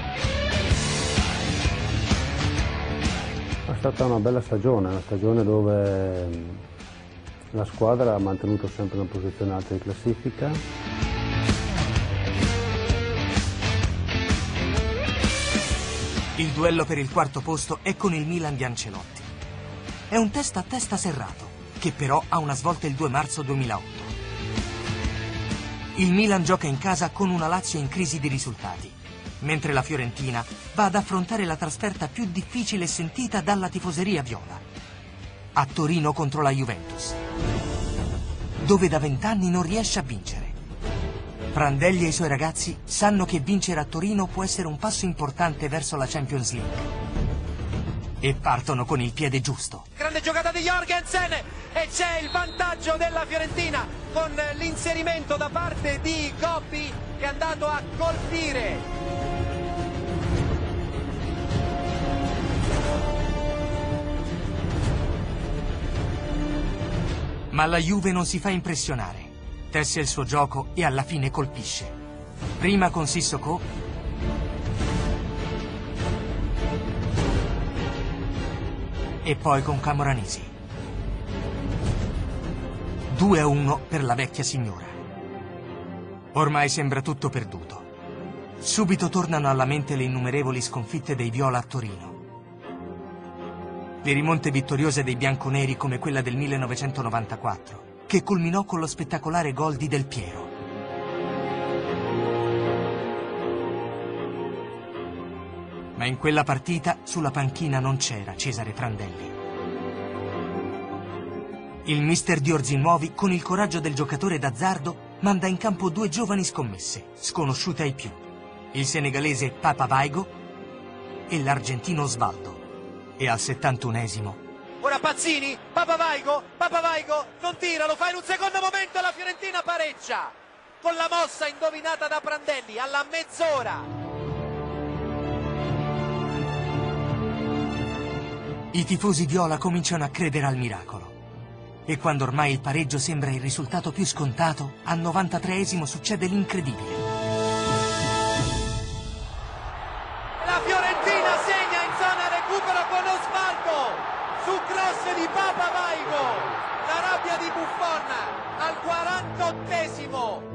È stata una bella stagione, una stagione dove la squadra ha mantenuto sempre una posizione alta di classifica.
Il duello per il 4° posto è con il Milan di Ancelotti. È un testa a testa serrato, che però ha una svolta il 2 marzo 2008. Il Milan gioca in casa con una Lazio in crisi di risultati, mentre la Fiorentina va ad affrontare la trasferta più difficile e sentita dalla tifoseria viola, a Torino contro la Juventus, dove da 20 anni non riesce a vincere. Prandelli e i suoi ragazzi sanno che vincere a Torino può essere un passo importante verso la Champions League. E partono con il piede giusto.
Grande giocata di Jorgensen e c'è il vantaggio della Fiorentina con l'inserimento da parte di Gobbi che è andato a colpire.
Ma la Juve non si fa impressionare. Tesse il suo gioco e alla fine colpisce. Prima con Sissoko e poi con Camoranesi. 2-1 per la vecchia signora. Ormai sembra tutto perduto. Subito tornano alla mente le innumerevoli sconfitte dei viola a Torino. Le rimonte vittoriose dei bianconeri come quella del 1994, che culminò con lo spettacolare gol di Del Piero. Ma in quella partita sulla panchina non c'era Cesare Prandelli. Il mister di Orzinuovi, con il coraggio del giocatore d'azzardo, manda in campo 2 giovani scommesse, sconosciute ai più. Il senegalese Papa Vaigo e l'argentino Osvaldo. E al 71esimo...
Ora Pazzini, Papa Vaigo, non tira, lo fa in un secondo momento, la Fiorentina pareggia. Con la mossa indovinata da Prandelli alla mezz'ora.
I tifosi viola cominciano a credere al miracolo. E quando ormai il pareggio sembra il risultato più scontato, al 93esimo succede l'incredibile.
La Fiorentina segna in zona recupero con Osvaldo, su cross di Papa Vaigo. La rabbia di Buffon al 48esimo.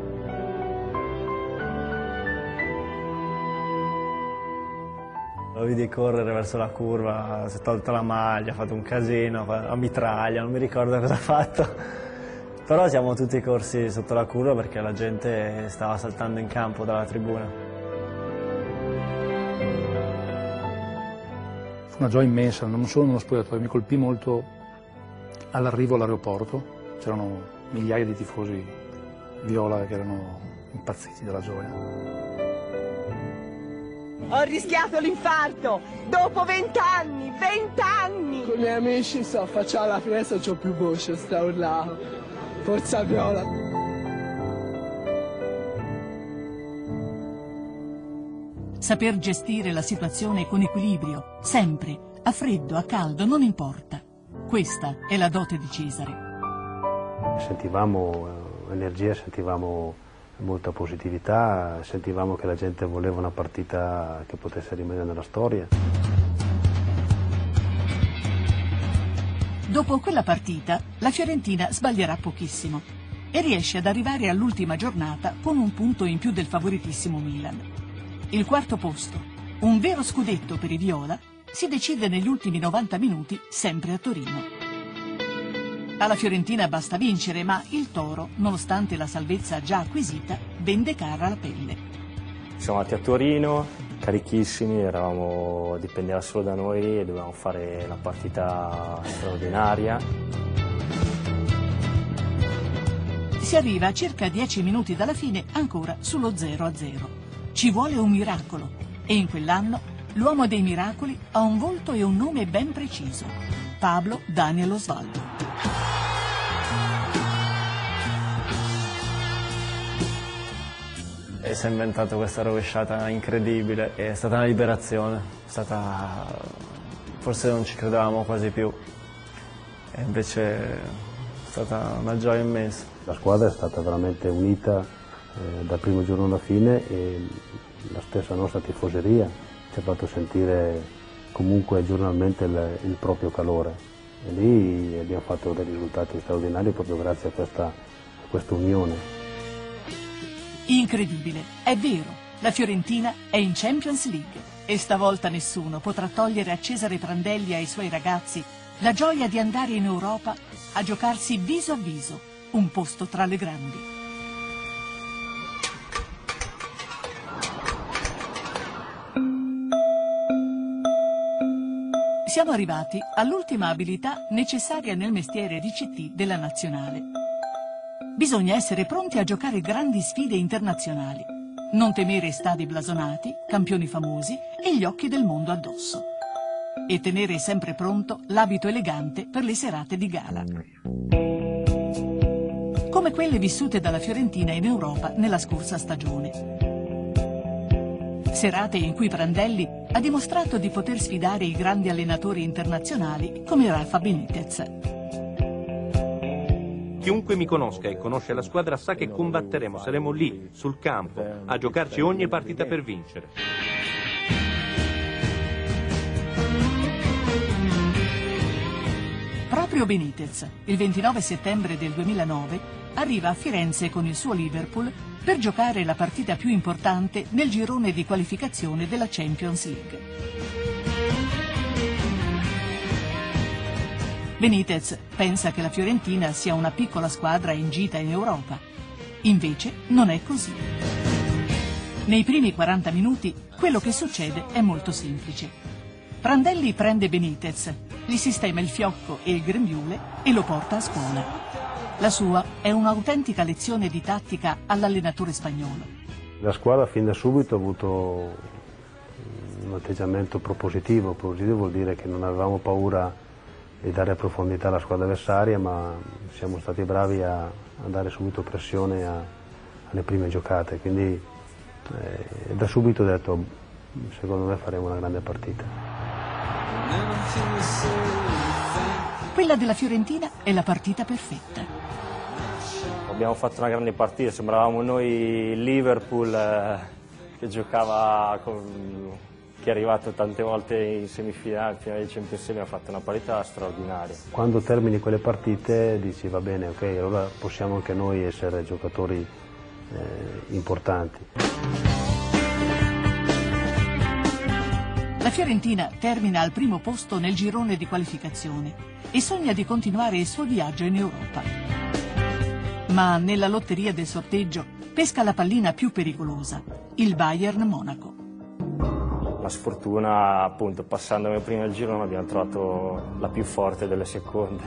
Lo vidi correre verso la curva, si è tolto la maglia, ha fatto un casino, la mitraglia, non mi ricordo cosa ha fatto. Però siamo tutti corsi sotto la curva perché la gente stava saltando in campo dalla tribuna.
Fu una gioia immensa, non solo nello spogliatoio, mi colpì molto all'arrivo all'aeroporto. C'erano migliaia di tifosi viola che erano impazziti dalla gioia.
Ho rischiato l'infarto, dopo 20 anni, 20 anni!
Con i miei amici facciamo alla finestra, c'ho più voce, sta urlando. Forza viola!
Saper gestire la situazione con equilibrio, sempre, a freddo, a caldo, non importa. Questa è la dote di Cesare.
Sentivamo energia, sentivamo molta positività, sentivamo che la gente voleva una partita che potesse rimanere nella storia.
Dopo quella partita, la Fiorentina sbaglierà pochissimo e riesce ad arrivare all'ultima giornata con un punto in più del favoritissimo Milan. Il quarto posto, un vero scudetto per i viola, si decide negli ultimi 90 minuti sempre a Torino. Alla Fiorentina basta vincere, ma il Toro, nonostante la salvezza già acquisita, vende cara la pelle.
Siamo andati a Torino, carichissimi, dipendeva solo da noi e dovevamo fare una partita straordinaria.
Si arriva a circa 10 minuti dalla fine ancora sullo 0-0. Ci vuole un miracolo e in quell'anno l'uomo dei miracoli ha un volto e un nome ben preciso: Pablo Daniel Osvaldo.
E si è inventato questa rovesciata incredibile, è stata una liberazione, forse non ci credevamo quasi più, e invece è stata una gioia immensa.
La squadra è stata veramente unita dal primo giorno alla fine e la stessa nostra tifoseria ci ha fatto sentire comunque giornalmente il proprio calore e lì abbiamo fatto dei risultati straordinari proprio grazie a questa unione.
Incredibile, è vero, la Fiorentina è in Champions League e stavolta nessuno potrà togliere a Cesare Prandelli e ai suoi ragazzi la gioia di andare in Europa a giocarsi viso a viso un posto tra le grandi. Siamo arrivati all'ultima abilità necessaria nel mestiere di CT della nazionale. Bisogna essere pronti a giocare grandi sfide internazionali, non temere stadi blasonati, campioni famosi e gli occhi del mondo addosso. E tenere sempre pronto l'abito elegante per le serate di gala. Come quelle vissute dalla Fiorentina in Europa nella scorsa stagione. Serate in cui Prandelli ha dimostrato di poter sfidare i grandi allenatori internazionali come Rafa Benitez.
Chiunque mi conosca e conosce la squadra sa che combatteremo, saremo lì, sul campo, a giocarci ogni partita per vincere.
Proprio Benitez, il 29 settembre del 2009, arriva a Firenze con il suo Liverpool per giocare la partita più importante nel girone di qualificazione della Champions League. Benitez pensa che la Fiorentina sia una piccola squadra in gita in Europa. Invece non è così. Nei primi 40 minuti quello che succede è molto semplice. Prandelli prende Benitez, gli sistema il fiocco e il grembiule e lo porta a scuola. La sua è un'autentica lezione di tattica all'allenatore spagnolo.
La squadra fin da subito ha avuto un atteggiamento propositivo. Propositivo vuol dire che non avevamo paura di dare profondità alla squadra avversaria, ma siamo stati bravi a dare subito pressione alle prime giocate, quindi da subito ho detto secondo me faremo una grande partita.
Quella della Fiorentina è la partita perfetta.
Abbiamo fatto una grande partita, sembravamo noi il Liverpool che giocava che è arrivato tante volte in semifinale, finale di Champions League, abbiamo fatto una parità straordinaria.
Quando termini quelle partite dici va bene, ok, allora possiamo anche noi essere giocatori importanti.
La Fiorentina termina al primo posto nel girone di qualificazione e sogna di continuare il suo viaggio in Europa. Ma nella lotteria del sorteggio pesca la pallina più pericolosa, il Bayern Monaco.
La sfortuna, appunto, passando prima il girone abbiamo trovato la più forte delle seconde.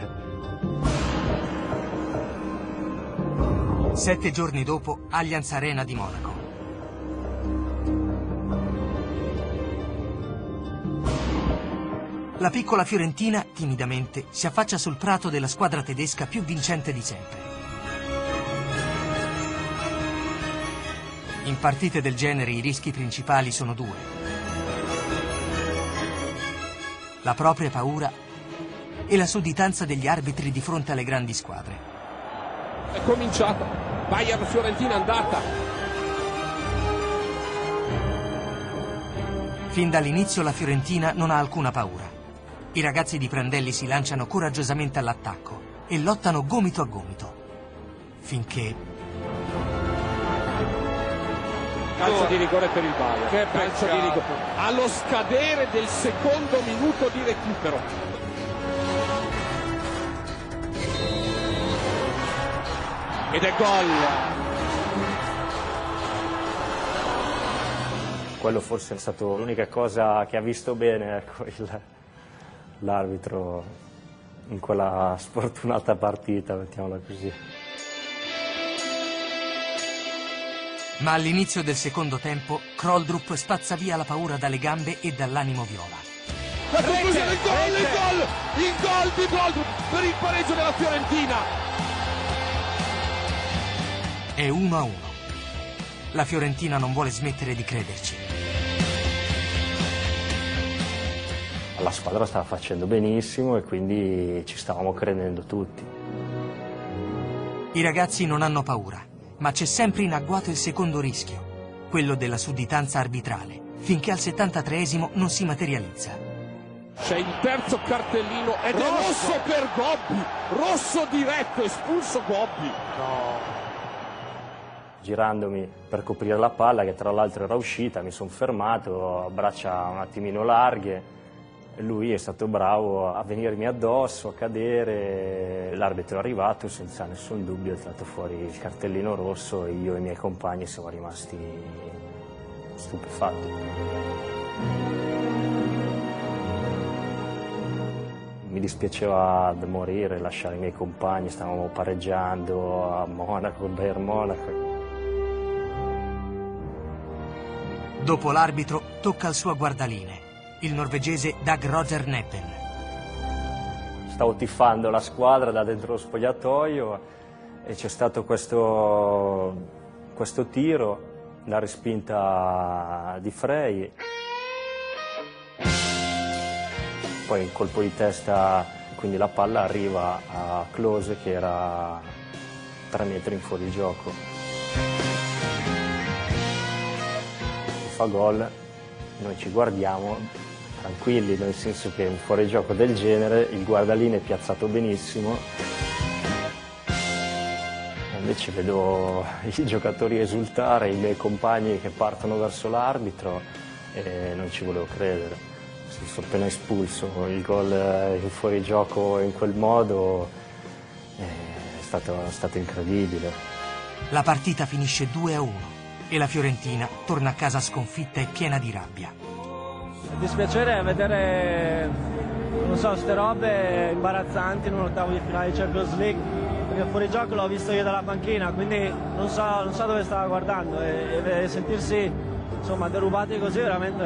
7 giorni dopo, Allianz Arena di Monaco. La piccola Fiorentina, timidamente, si affaccia sul prato della squadra tedesca più vincente di sempre. In partite del genere i rischi principali sono due: la propria paura e la sudditanza degli arbitri di fronte alle grandi squadre.
È cominciata, Bayern-Fiorentina andata.
Fin dall'inizio la Fiorentina non ha alcuna paura. I ragazzi di Prandelli si lanciano coraggiosamente all'attacco e lottano gomito a gomito, finché...
Calcio di rigore per il Bayern. Che calcio di rigore. Allo scadere del secondo minuto di recupero. Ed è gol.
Quello forse è stato l'unica cosa che ha visto bene, ecco, l'arbitro in quella sfortunata partita, mettiamola così.
Ma all'inizio del secondo tempo, Kroldrup spazza via la paura dalle gambe e dall'animo viola.
Il gol di Kroldrup per il pareggio della Fiorentina.
È 1-1. La Fiorentina non vuole smettere di crederci.
La squadra stava facendo benissimo e quindi ci stavamo credendo tutti.
I ragazzi non hanno paura. Ma c'è sempre in agguato il secondo rischio, quello della sudditanza arbitrale, finché al 73esimo non si materializza.
C'è il terzo cartellino ed è rosso per Gobbi, rosso diretto, espulso Gobbi.
No. Girandomi per coprire la palla, che tra l'altro era uscita, mi sono fermato, braccia un attimino larghe. Lui è stato bravo a venirmi addosso, a cadere, l'arbitro è arrivato senza nessun dubbio, è tirato fuori il cartellino rosso e io e i miei compagni siamo rimasti stupefatti. Mi dispiaceva da morire lasciare i miei compagni, stavamo pareggiando a Monaco, il Bayern Monaco.
Dopo l'arbitro tocca al suo guardaline, il norvegese Dag Roger Neppen.
Stavo tifando la squadra da dentro lo spogliatoio e c'è stato questo tiro, la respinta di Frey. Poi un colpo di testa, quindi la palla arriva a Klose che era 3 metri in fuorigioco. Fa gol, noi ci guardiamo tranquilli, nel senso che un fuorigioco del genere, il guardaline è piazzato benissimo, invece vedo i giocatori esultare, i miei compagni che partono verso l'arbitro e non ci volevo credere. Sono appena espulso, il gol in fuorigioco in quel modo è stato incredibile.
La partita finisce 2-1 e la Fiorentina torna a casa sconfitta e piena di rabbia.
Il dispiacere è vedere, non so, queste robe imbarazzanti in un ottavo di finale di Champions League, perché fuori gioco l'ho visto io dalla panchina, quindi non so dove stava guardando e sentirsi insomma derubati così veramente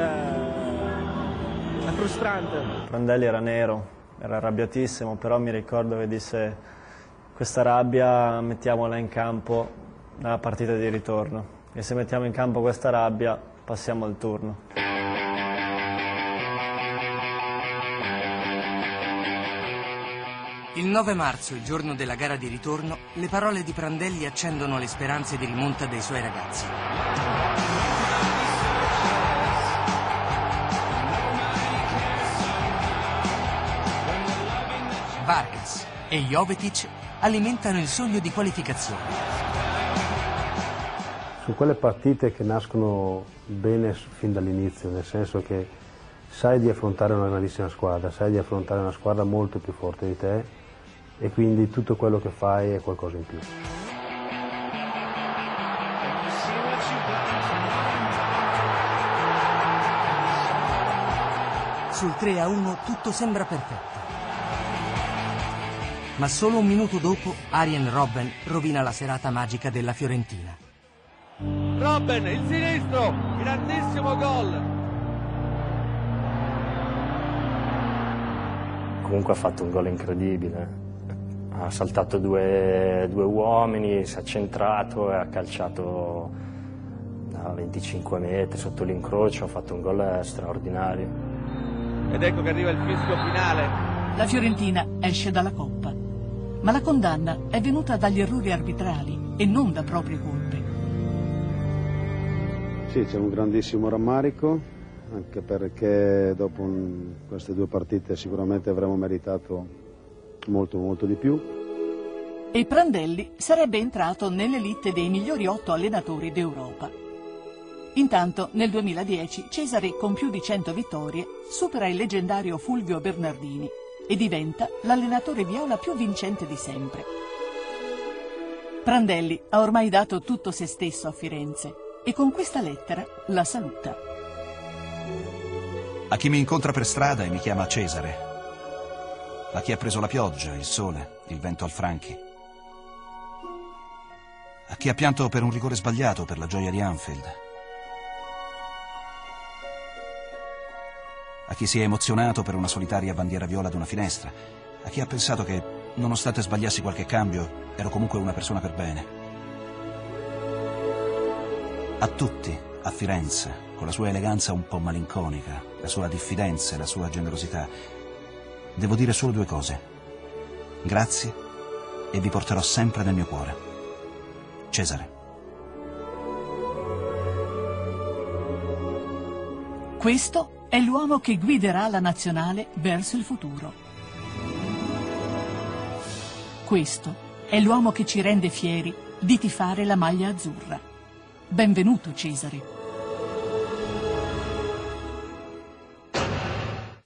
è frustrante. Prandelli era nero, era arrabbiatissimo, però mi ricordo che disse: questa rabbia mettiamola in campo nella partita di ritorno, e se mettiamo in campo questa rabbia passiamo al turno.
Il 9 marzo, il giorno della gara di ritorno, le parole di Prandelli accendono le speranze di rimonta dei suoi ragazzi. Vargas e Jovetic alimentano il sogno di qualificazione.
Su quelle partite che nascono bene fin dall'inizio, nel senso che sai di affrontare una grandissima squadra, sai di affrontare una squadra molto più forte di te e quindi tutto quello che fai è qualcosa in più.
Sul 3-1 tutto sembra perfetto. Ma solo un minuto dopo Arjen Robben rovina la serata magica della Fiorentina.
Robben, il sinistro, grandissimo gol.
Comunque ha fatto un gol incredibile. Ha saltato due uomini, si è centrato e ha calciato da 25 metri sotto l'incrocio, ha fatto un gol straordinario.
Ed ecco che arriva il fischio finale
La Fiorentina esce dalla Coppa, ma la condanna è venuta dagli errori arbitrali e non da proprie colpe.
Sì, c'è un grandissimo rammarico, anche perché dopo queste 2 partite sicuramente avremmo meritato molto di più.
E Prandelli sarebbe entrato nell'elite dei migliori 8 allenatori d'Europa. Intanto nel 2010 Cesare, con più di 100 vittorie, supera il leggendario Fulvio Bernardini e diventa l'allenatore viola più vincente di sempre. Prandelli ha ormai dato tutto se stesso a Firenze e con questa lettera la saluta.
A chi mi incontra per strada e mi chiama Cesare, a chi ha preso la pioggia, il sole, il vento al Franchi, a chi ha pianto per un rigore sbagliato per la gioia di Anfield, a chi si è emozionato per una solitaria bandiera viola ad una finestra, a chi ha pensato che, nonostante sbagliassi qualche cambio, ero comunque una persona per bene. A tutti, a Firenze, con la sua eleganza un po' malinconica, la sua diffidenza e la sua generosità, devo dire solo 2 cose. Grazie e vi porterò sempre nel mio cuore. Cesare.
Questo è l'uomo che guiderà la nazionale verso il futuro. Questo è l'uomo che ci rende fieri di tifare la maglia azzurra. Benvenuto, Cesare.